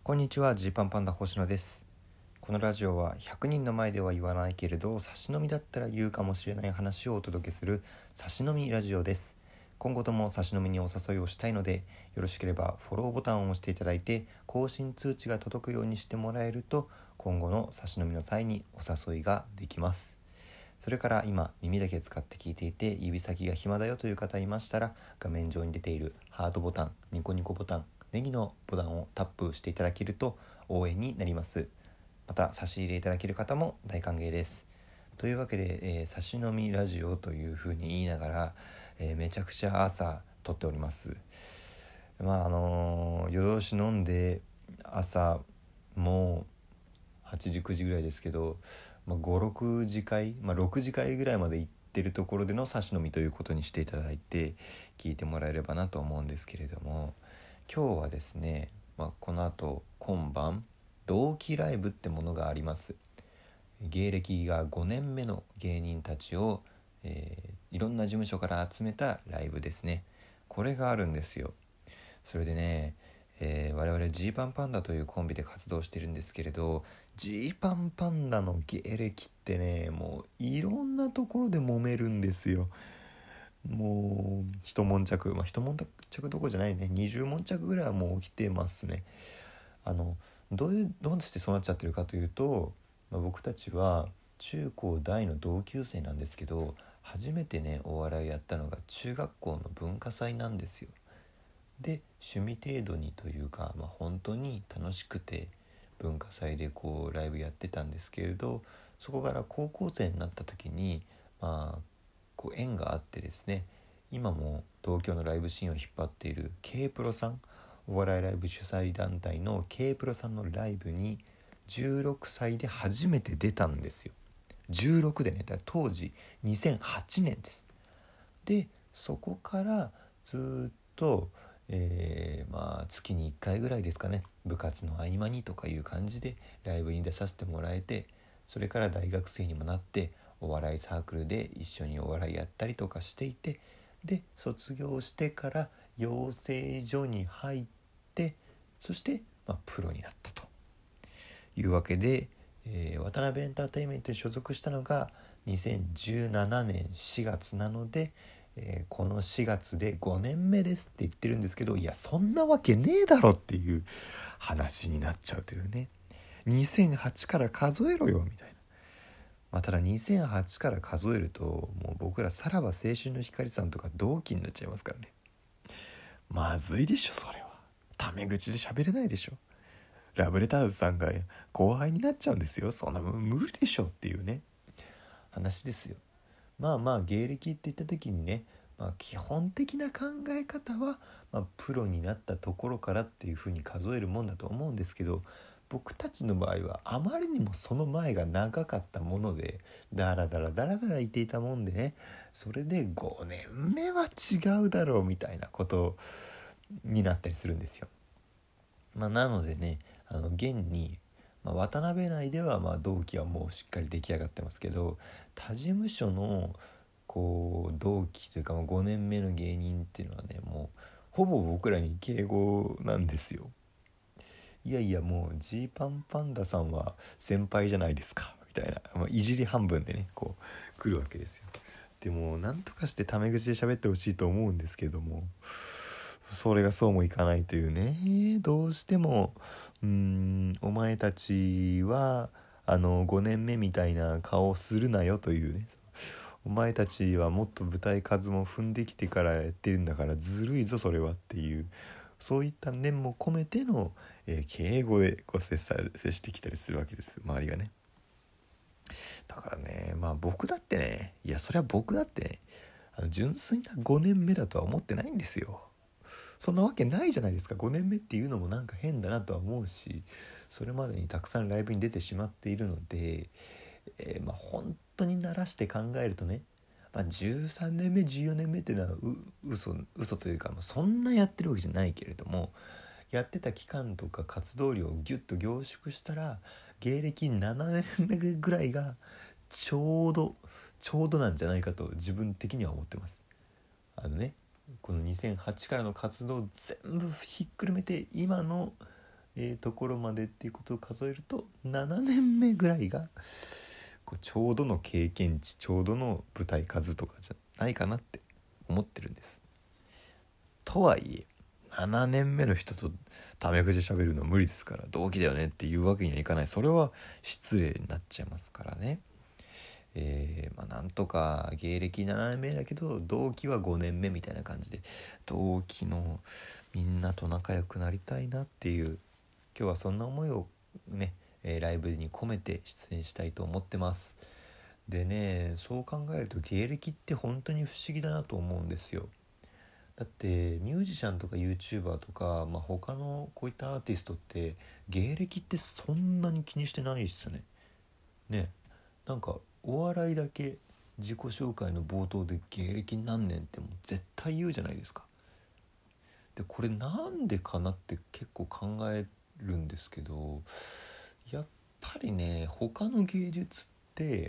こんにちは、ジーパンパンダ星野です。このラジオは100人の前では言わないけれど差し飲みだったら言うかもしれない話をお届けする差し飲みラジオです。今後とも差し飲みにお誘いをしたいので、よろしければフォローボタンを押していただいて更新通知が届くようにしてもらえると、今後の差し飲みの際にお誘いができます。それから今耳だけ使って聞いていて指先が暇だよという方いましたら、画面上に出ているハートボタン、ニコニコボタン、ネギのボタンをタップしていただけると応援になります。また差し入れいただける方も大歓迎です。というわけで、差し飲みラジオというふうに言いながら、めちゃくちゃ朝撮っております。夜通し飲んで朝もう8時9時ぐらいですけど、5、6次会、6次会ぐらいまで行ってるところでの差し飲みということにしていただいて聞いてもらえればなと思うんですけれども、今日はですね、この後今晩同期ライブってものがあります。芸歴が5年目の芸人たちを、いろんな事務所から集めたライブですね。これがあるんですよ。それでね、我々ジーパンパンダというコンビで活動してるんですけれど、ジーパンパンダの芸歴ってね、もういろんなところで揉めるんですよ。もう一悶着、一悶着どころじゃないね、20悶着ぐらいはもう起きてますね。どうしてそうなっちゃってるかというと、僕たちは中高大の同級生なんですけど、初めてねお笑いやったのが中学校の文化祭なんですよ。で趣味程度にというか、本当に楽しくて文化祭でこうライブやってたんですけれど、そこから高校生になった時にこう縁があってですね、今も東京のライブシーンを引っ張っている K プロさん、お笑いライブ主催団体の K プロさんのライブに16歳で初めて出たんですよ。16でね、だから当時2008年です。でそこからずっと、月に1回ぐらいですかね、部活の合間にとかいう感じでライブに出させてもらえて、それから大学生にもなってお笑いサークルで一緒にお笑いやったりとかしていて、で卒業してから養成所に入って、そして、プロになったというわけで、渡辺エンターテインメントに所属したのが2017年4月なので、この4月で5年目ですって言ってるんですけど、いやそんなわけねえだろっていう話になっちゃうというね。2008から数えろよみたいな。ただ2008から数えるともう僕らさらば青春の光さんとか同期になっちゃいますからね。まずいでしょ、それは。タメ口で喋れないでしょ。ラブレターズさんが後輩になっちゃうんですよ。そんな無理でしょっていうね話ですよ。芸歴って言った時にね、基本的な考え方は、プロになったところからっていう風に数えるもんだと思うんですけど、僕たちの場合はあまりにもその前が長かったもので、だらだら言っていたもんでね、それで5年目は違うだろうみたいなことになったりするんですよ。なのでね、現に、渡辺内では同期はもうしっかり出来上がってますけど、他事務所のこう同期というか5年目の芸人っていうのはね、もうほぼ僕らに敬語なんですよ。いやいや、もうジーパンパンダさんは先輩じゃないですかみたいな、いじり半分でねこう来るわけですよ。でもなんとかしてタメ口で喋ってほしいと思うんですけども、それがそうもいかないというね。どうしてもお前たちは5年目みたいな顔するなよというね、お前たちはもっと舞台数も踏んできてからやってるんだからずるいぞそれはっていう、そういった念も込めての、敬語でこう接してきたりするわけです、周りがね。だからね、僕だってね、いやそれは僕だってね、純粋な5年目だとは思ってないんですよ。そんなわけないじゃないですか。5年目っていうのもなんか変だなとは思うし、それまでにたくさんライブに出てしまっているので、本当に慣らして考えるとね、13年目14年目っていうのは嘘というか、そんなやってるわけじゃないけれども、やってた期間とか活動量をギュッと凝縮したら芸歴7年目ぐらいがちょうどなんじゃないかと自分的には思ってます。この2008からの活動を全部ひっくるめて今の、 ところまでっていうことを数えると7年目ぐらいがちょうどの経験値、ちょうどの舞台数とかじゃないかなって思ってるんです。とはいえ7年目の人とタメ口喋るの無理ですから、同期だよねっていうわけにはいかない。それは失礼になっちゃいますからね。なんとか芸歴7年目だけど同期は5年目みたいな感じで、同期のみんなと仲良くなりたいなっていう、今日はそんな思いをね、ライブに込めて出演したいと思ってます。でね、そう考えると芸歴って本当に不思議だなと思うんですよ。だってミュージシャンとか YouTuber とか、他のこういったアーティストって芸歴ってそんなに気にしてないですよね。ね、なんかお笑いだけ自己紹介の冒頭で芸歴何年ってもう絶対言うじゃないですか。でこれなんでかなって結構考えるんですけど、やっぱりね他の芸術って、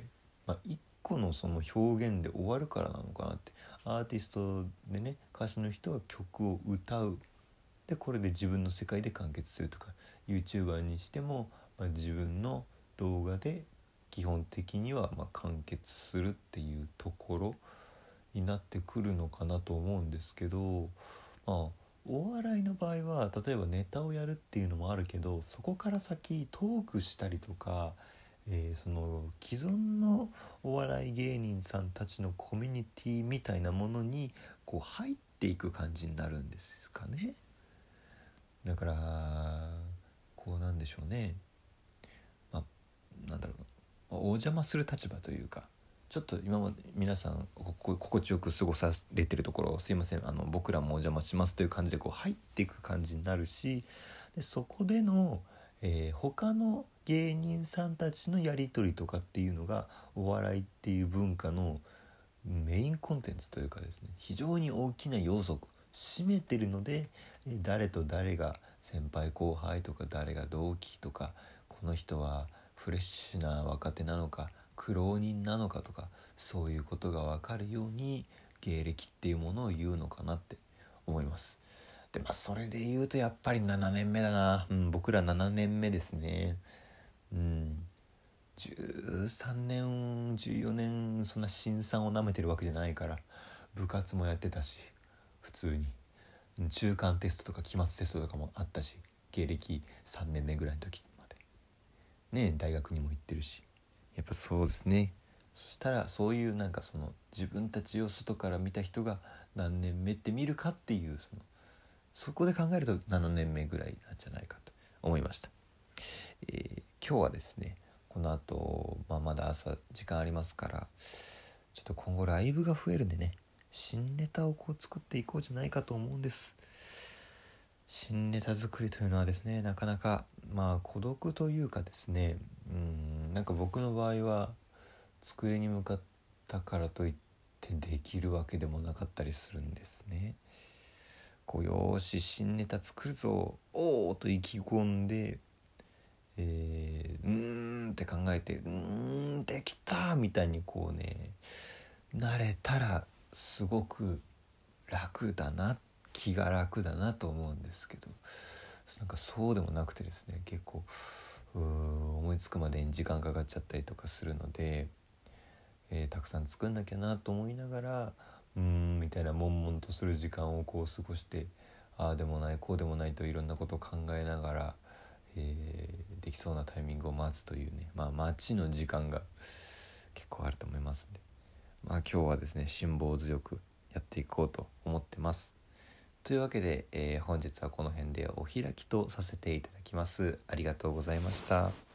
一個のその表現で終わるからなのかなって。アーティストでね、歌手の人は曲を歌う、でこれで自分の世界で完結するとか、 YouTuber にしても、自分の動画で基本的には完結するっていうところになってくるのかなと思うんですけど、お笑いの場合は例えばネタをやるっていうのもあるけど、そこから先トークしたりとか、その既存のお笑い芸人さんたちのコミュニティみたいなものに入っていく感じになるんですかね。だからなんでしょうね、なんだろう、お邪魔する立場というか、ちょっと今まで皆さん心地よく過ごされてるところすいません、僕らもお邪魔しますという感じで入っていく感じになるし、でそこでの、他の芸人さんたちのやり取りとかっていうのがお笑いっていう文化のメインコンテンツというかですね、非常に大きな要素を占めてるので、誰と誰が先輩後輩とか、誰が同期とか、この人はフレッシュな若手なのか苦労人なのかとか、そういうことが分かるように芸歴っていうものを言うのかなって思います。でそれで言うとやっぱり7年目だな、僕ら7年目ですね。13年14年そんな辛酸をなめてるわけじゃないから、部活もやってたし、普通に中間テストとか期末テストとかもあったし、芸歴3年目ぐらいの時までね、大学にも行ってるし、やっぱそうですね。そしたらそういうその自分たちを外から見た人が何年目って見るかっていう、そこで考えると7年目ぐらいなんじゃないかと思いました。今日はですね、この後、まだ朝時間ありますから、ちょっと今後ライブが増えるんでね、新ネタを作っていこうじゃないかと思うんです。新ネタ作りというのはですね、なかなか孤独というかですね、僕の場合は机に向かったからといってできるわけでもなかったりするんですね。よーし新ネタ作るぞおーと意気込んで、って考えてできたみたいに慣れたらすごく楽だな、気が楽だなと思うんですけど、そうでもなくてですね、結構思いつくまでに時間かかっちゃったりとかするので、たくさん作んなきゃなと思いながらみたいな悶々とする時間を過ごして、ああでもないこうでもないといろんなことを考えながら、できそうなタイミングを待つというね、待ちの時間が結構あると思いますんで、今日はですね辛抱強くやっていこうと思ってます。というわけで、本日はこの辺でお開きとさせていただきます。ありがとうございました。